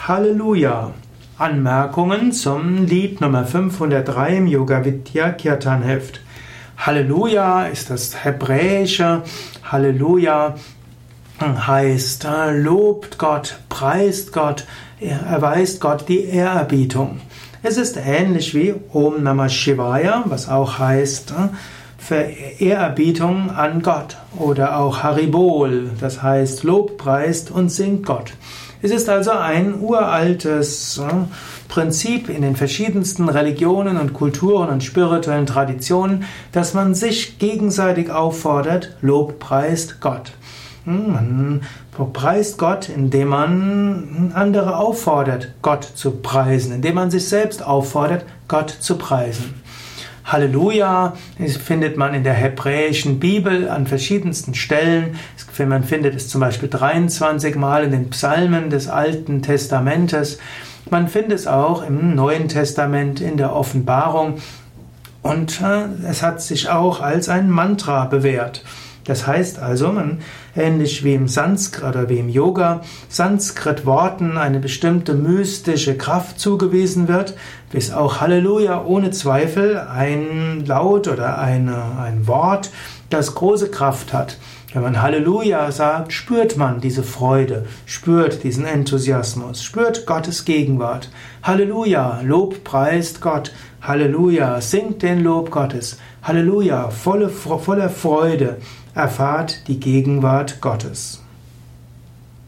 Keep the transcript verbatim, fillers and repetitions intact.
Halleluja! Anmerkungen zum Lied Nummer fünfhundertdrei im Yoga Vidya Kirtan Heft. Halleluja ist das Hebräische. Halleluja heißt lobt Gott, preist Gott, erweist Gott die Ehrerbietung. Es ist ähnlich wie Om Namah Shivaya, was auch heißt Ehrerbietung an Gott, oder auch Haribol, das heißt Lob, preist und singt Gott. Es ist also ein uraltes Prinzip in den verschiedensten Religionen und Kulturen und spirituellen Traditionen, dass man sich gegenseitig auffordert, Lob, preist Gott. Man preist Gott, indem man andere auffordert, Gott zu preisen, indem man sich selbst auffordert, Gott zu preisen. Halleluja findet man in der hebräischen Bibel an verschiedensten Stellen. Man findet es zum Beispiel dreiundzwanzig Mal in den Psalmen des Alten Testamentes. Man findet es auch im Neuen Testament in der Offenbarung. Und es hat sich auch als ein Mantra bewährt. Das heißt also, man, ähnlich wie im Sanskrit oder wie im Yoga, Sanskrit-Worten eine bestimmte mystische Kraft zugewiesen wird, ist auch Halleluja ohne Zweifel ein Laut oder eine, ein Wort, das große Kraft hat. Wenn man Halleluja sagt, spürt man diese Freude, spürt diesen Enthusiasmus, spürt Gottes Gegenwart. Halleluja, Lob preist Gott. Halleluja, singt den Lob Gottes. Halleluja, volle, voller Freude, erfahrt die Gegenwart Gottes.